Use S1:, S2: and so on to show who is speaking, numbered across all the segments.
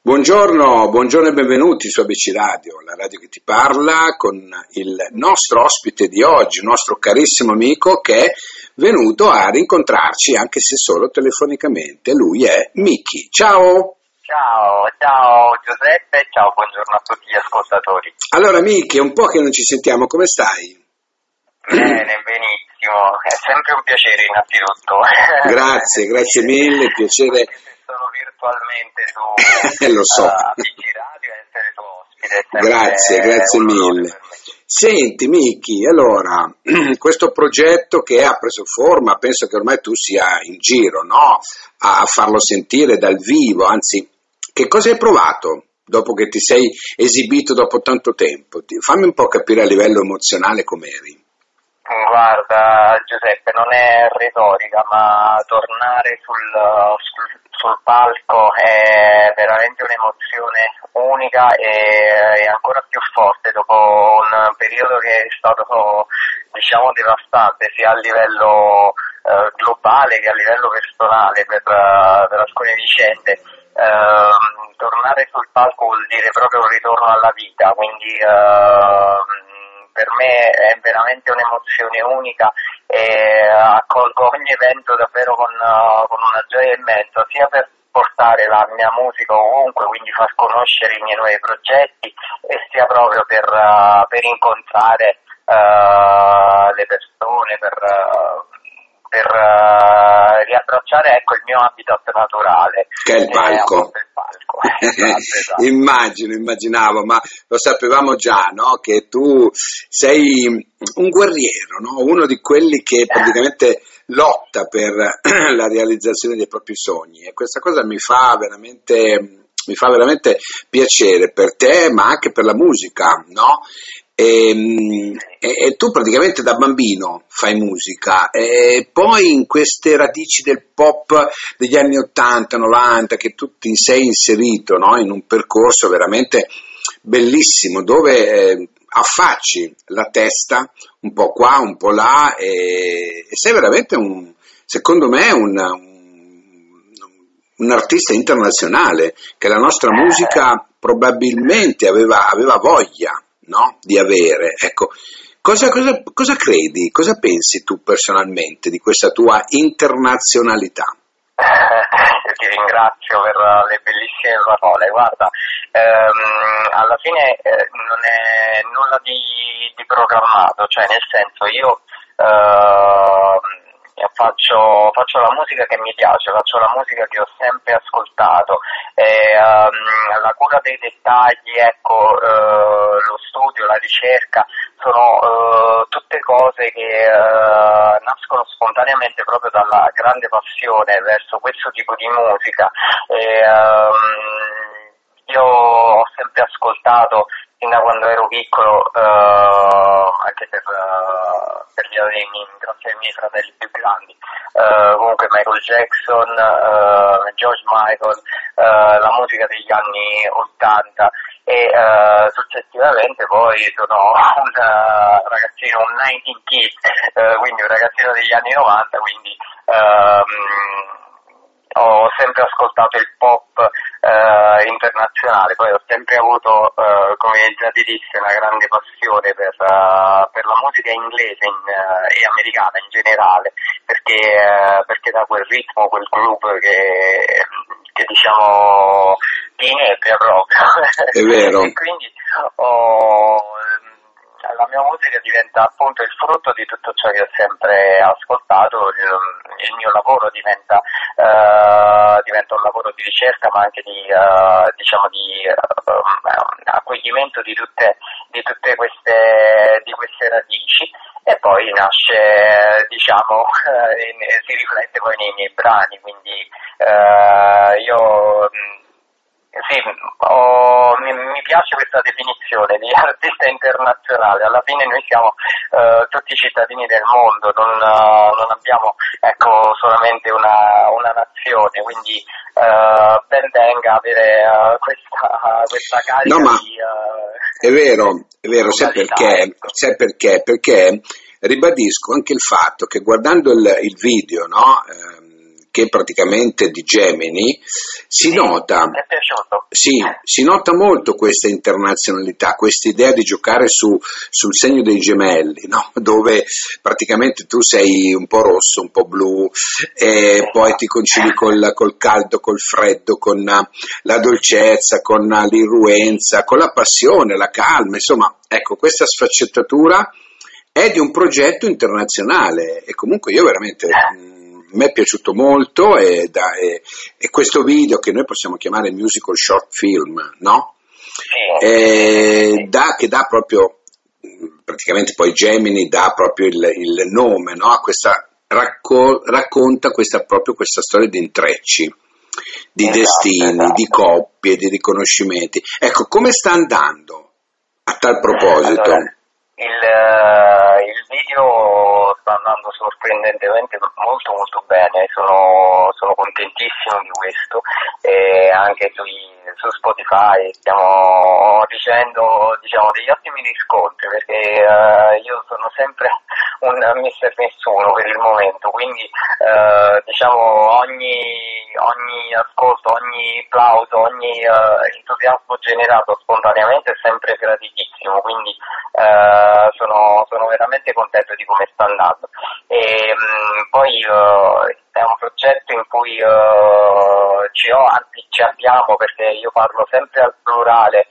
S1: Buongiorno e benvenuti su ABC Radio, la radio che ti parla, con il nostro ospite di oggi, un nostro carissimo amico che è venuto a rincontrarci, anche se solo telefonicamente. Lui è Miki. Ciao!
S2: Ciao Giuseppe, ciao, buongiorno a tutti gli ascoltatori.
S1: Allora Miki, è un po' che non ci sentiamo, come stai?
S2: Bene, benissimo, è sempre un piacere innanzitutto.
S1: Grazie mille, piacere.
S2: Sono virtualmente su
S1: Lo so.
S2: ABC Radio e essere tuo ospite.
S1: Grazie mille. Senti Miki, allora, questo progetto che ha preso forma, penso che ormai tu sia in giro, no? A farlo sentire dal vivo, anzi, che cosa hai provato dopo che ti sei esibito dopo tanto tempo? Fammi un po' capire a livello emozionale com'eri.
S2: Guarda Giuseppe, non è retorica, ma tornare sul palco è veramente un'emozione unica e ancora più forte dopo un periodo che è stato, diciamo, devastante sia a livello globale che a livello personale per alcune vicende. Tornare sul palco vuol dire proprio un ritorno alla vita, quindi per me è veramente un'emozione unica e accolgo ogni evento davvero con una gioia immensa, sia per portare la mia musica ovunque, quindi far conoscere i miei nuovi progetti, e sia proprio per incontrare le persone, per riabbracciare, ecco, il mio habitat naturale,
S1: che è il palco.
S2: Esatto.
S1: Immaginavo, ma lo sapevamo già, no? Che tu sei un guerriero, no? Uno di quelli che praticamente lotta per la realizzazione dei propri sogni, e questa cosa mi fa veramente piacere per te, ma anche per la musica, no? E tu praticamente da bambino fai musica, e poi in queste radici del pop degli anni 80, 90 che tu ti sei inserito, no? In un percorso veramente bellissimo dove affacci la testa un po' qua, un po' là, e sei veramente secondo me un artista internazionale che la nostra musica probabilmente aveva voglia, no? Di avere. Ecco, cosa credi, cosa pensi tu personalmente di questa tua internazionalità?
S2: Io ti ringrazio per le bellissime parole. Guarda, alla fine non è nulla di programmato, cioè nel senso io faccio la musica che mi piace, faccio la musica che ho sempre ascoltato, e la cura dei dettagli, ecco, lo studio, la ricerca sono tutte cose che nascono spontaneamente proprio dalla grande passione verso questo tipo di musica. Io ho sempre ascoltato fin da quando ero piccolo, anche per via dei miei fratelli più grandi, comunque Michael Jackson, George Michael, la musica degli anni 80, e successivamente poi sono un ragazzino, un 90 kid, quindi un ragazzino degli anni 90, quindi ho sempre ascoltato il pop internazionale, poi ho sempre avuto, come già ti disse, una grande passione per la musica inglese e americana in generale, perché da quel ritmo, quel groove che diciamo ti inebria proprio. È vero. E quindi la mia musica diventa appunto il frutto di tutto ciò che ho sempre ascoltato, il mio lavoro diventa un lavoro di ricerca, ma anche di accoglimento di tutte queste radici, e poi nasce, si riflette poi nei miei brani, quindi io sì, mi piace questa definizione di artista internazionale. Alla fine noi siamo tutti cittadini del mondo, non abbiamo, ecco, solamente una nazione, quindi ben venga avere questa carica.
S1: No, ma
S2: di
S1: è vero, sai perché?
S2: Ecco.
S1: Sai perché? Perché ribadisco anche il fatto che guardando il video, no? che praticamente di Gemini, si nota,
S2: mi è piaciuto.
S1: sì, si nota molto questa internazionalità, questa idea di giocare sul segno dei gemelli, no? Dove praticamente tu sei un po' rosso, un po' blu, e poi ti concili col caldo, col freddo, con la dolcezza, con l'irruenza, con la passione, la calma, insomma, ecco, questa sfaccettatura è di un progetto internazionale e comunque io veramente mi è piaciuto molto e questo video che noi possiamo chiamare musical short film, no? Che dà proprio, praticamente poi Gemini dà proprio il nome, no? A questa racconta proprio questa storia di intrecci, di destini, di coppie, di riconoscimenti. Ecco, come sta andando a tal proposito?
S2: Allora, il video sta andando sorprendentemente molto molto bene, sono contentissimo di questo, e anche su Spotify stiamo ricevendo, diciamo, degli ottimi riscontri, perché io sono sempre un mister nessuno per il momento, quindi diciamo ogni ascolto, ogni plauso, ogni entusiasmo generato spontaneamente è sempre gratitissimo, quindi sono veramente contento di come sta andando. E poi è un progetto in cui anzi ci abbiamo, perché io parlo sempre al plurale,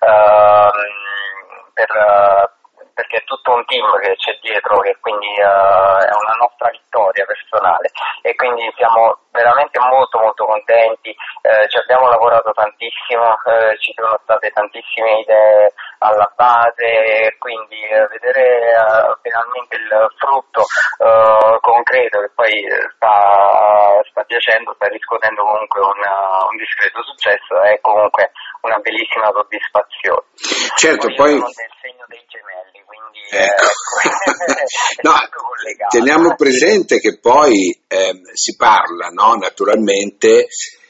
S2: perché è tutto un team che c'è dietro, che quindi è una nostra vittoria personale, e quindi siamo veramente molto molto contenti, ci abbiamo lavorato tantissimo, ci sono state tantissime idee alla base, quindi vedere finalmente il frutto concreto che poi sta piacendo, sta riscuotendo comunque un discreto successo, è comunque una bellissima soddisfazizione.
S1: Certo, poi
S2: sono del segno dei gemelli, quindi
S1: ecco. No,
S2: collegato.
S1: teniamo presente che poi si parla, no, naturalmente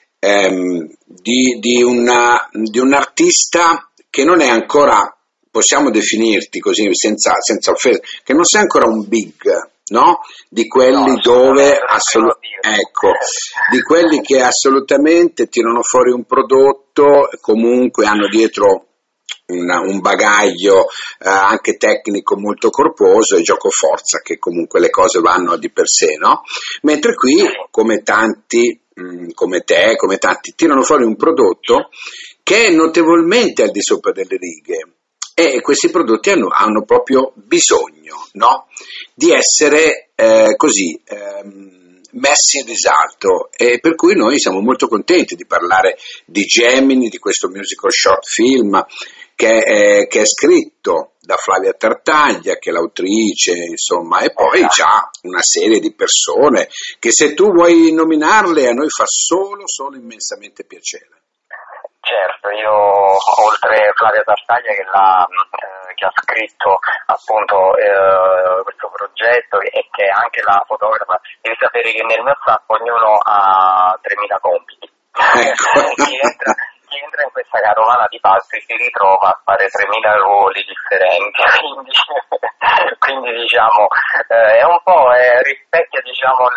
S1: di un artista che non è ancora, possiamo definirti così senza offesa, che non sei ancora un big, no? Di quelli dove ecco, di quelli che assolutamente tirano fuori un prodotto, comunque hanno dietro un bagaglio anche tecnico molto corposo e gioco forza, che comunque le cose vanno di per sé, no? Mentre qui, come tanti, come te, come tanti, tirano fuori un prodotto che è notevolmente al di sopra delle righe, e questi prodotti hanno proprio bisogno, no? Di essere così messi in risalto, e per cui noi siamo molto contenti di parlare di Gemini, di questo musical short film che è scritto da Flavia Tartaglia, che è l'autrice, insomma, e poi già una serie di persone che, se tu vuoi nominarle, a noi fa solo immensamente piacere.
S2: Certo, io oltre Flavia Tartaglia che ha scritto appunto questo progetto e che è anche la fotografa, devi sapere che nel mio staff ognuno ha 3.000 compiti.
S1: Ecco.
S2: Chi entra in questa carovana di passi si ritrova a fare 3.000 ruoli differenti, quindi diciamo è un po' rispecchia, diciamo,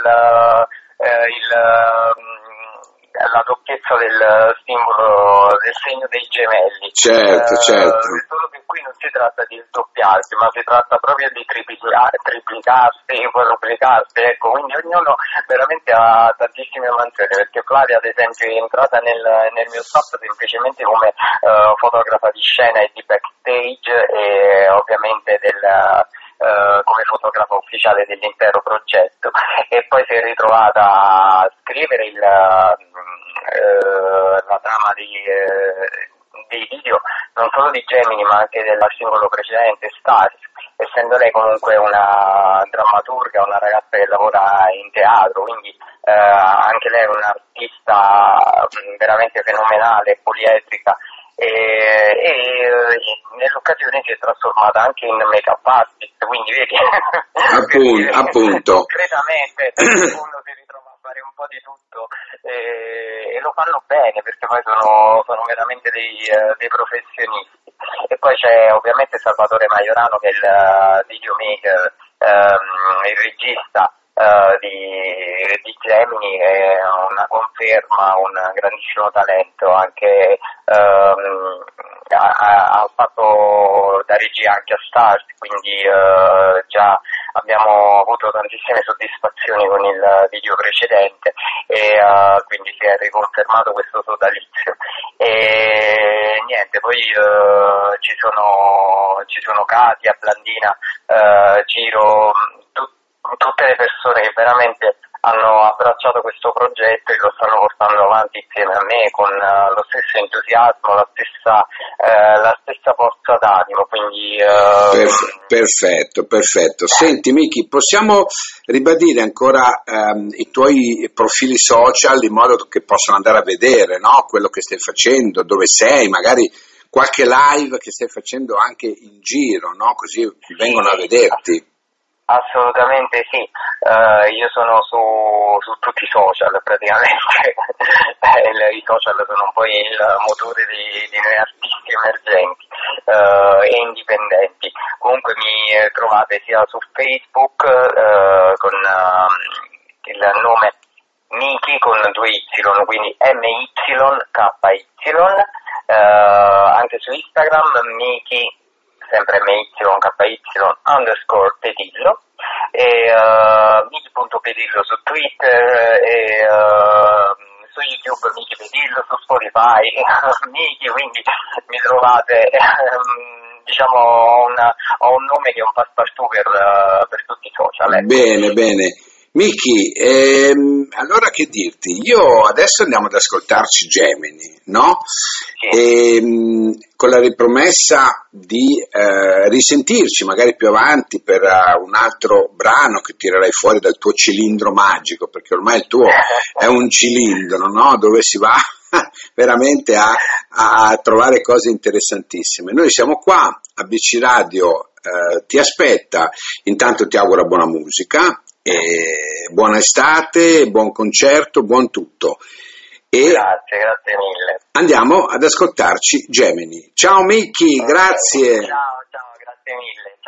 S2: la doppiezza del simbolo, del segno dei gemelli.
S1: Certo.
S2: Solo che qui non si tratta di sdoppiarsi, ma si tratta proprio di triplicarsi, quadruplicarsi, ecco, quindi ognuno veramente ha tantissime mansioni, perché Flavia ad esempio è entrata nel mio staff semplicemente come fotografa di scena e di backstage, e ovviamente come fotografa ufficiale dell'intero progetto, e poi si è ritrovata a scrivere la trama dei video, non solo di Gemini ma anche del singolo precedente, Stars, essendo lei comunque una drammaturga, una ragazza che lavora in teatro, quindi anche lei è un'artista veramente fenomenale, poliedrica, e nell'occasione si è trasformata anche in make-up artist, quindi vedi,
S1: appunto.
S2: Concretamente uno si ritrova a fare un po' di tutto, e lo fanno bene, perché poi sono veramente dei professionisti. E poi c'è ovviamente Salvatore Maiorano, che è il videomaker, il regista, di Gemini, è una conferma, un grandissimo talento, anche ha fatto da regia anche a Stars, quindi già abbiamo avuto tantissime soddisfazioni con il video precedente e quindi si è riconfermato questo sodalizio. E niente, poi ci sono Katia, Blandina, Ciro, tutte le persone che veramente hanno abbracciato questo progetto e lo stanno portando avanti insieme a me con lo stesso entusiasmo, la stessa forza d'animo, quindi
S1: perfetto. Senti Miki, possiamo ribadire ancora i tuoi profili social in modo che possano andare a vedere, no? Quello che stai facendo, dove sei, magari qualche live che stai facendo anche in giro, no? Così vengono a vederti.
S2: Assolutamente sì, io sono su tutti i social praticamente, i social sono un po' il motore di noi artisti emergenti e indipendenti. Comunque mi trovate sia su Facebook con il nome Miki con 2Y, quindi MYKY, anche su Instagram Miki sempre MY_Pedillo e Miki.Pedillo su Twitter e su YouTube Miki Pedillo, su Spotify Miki, quindi mi trovate diciamo ho un nome che è un passepartout per tutti i social.
S1: Bene. Miki, allora che dirti? Io adesso andiamo ad ascoltarci Gemini, no? Sì. Con la ripromessa di risentirci magari più avanti per un altro brano che tirerai fuori dal tuo cilindro magico, perché ormai il tuo è un cilindro, no? Dove si va veramente a trovare cose interessantissime. Noi siamo qua, ABC Radio ti aspetta, intanto ti auguro buona musica. Buona estate, buon concerto, buon tutto. E
S2: grazie mille.
S1: Andiamo ad ascoltarci Gemini. Ciao Miki, grazie.
S2: Ciao, grazie mille.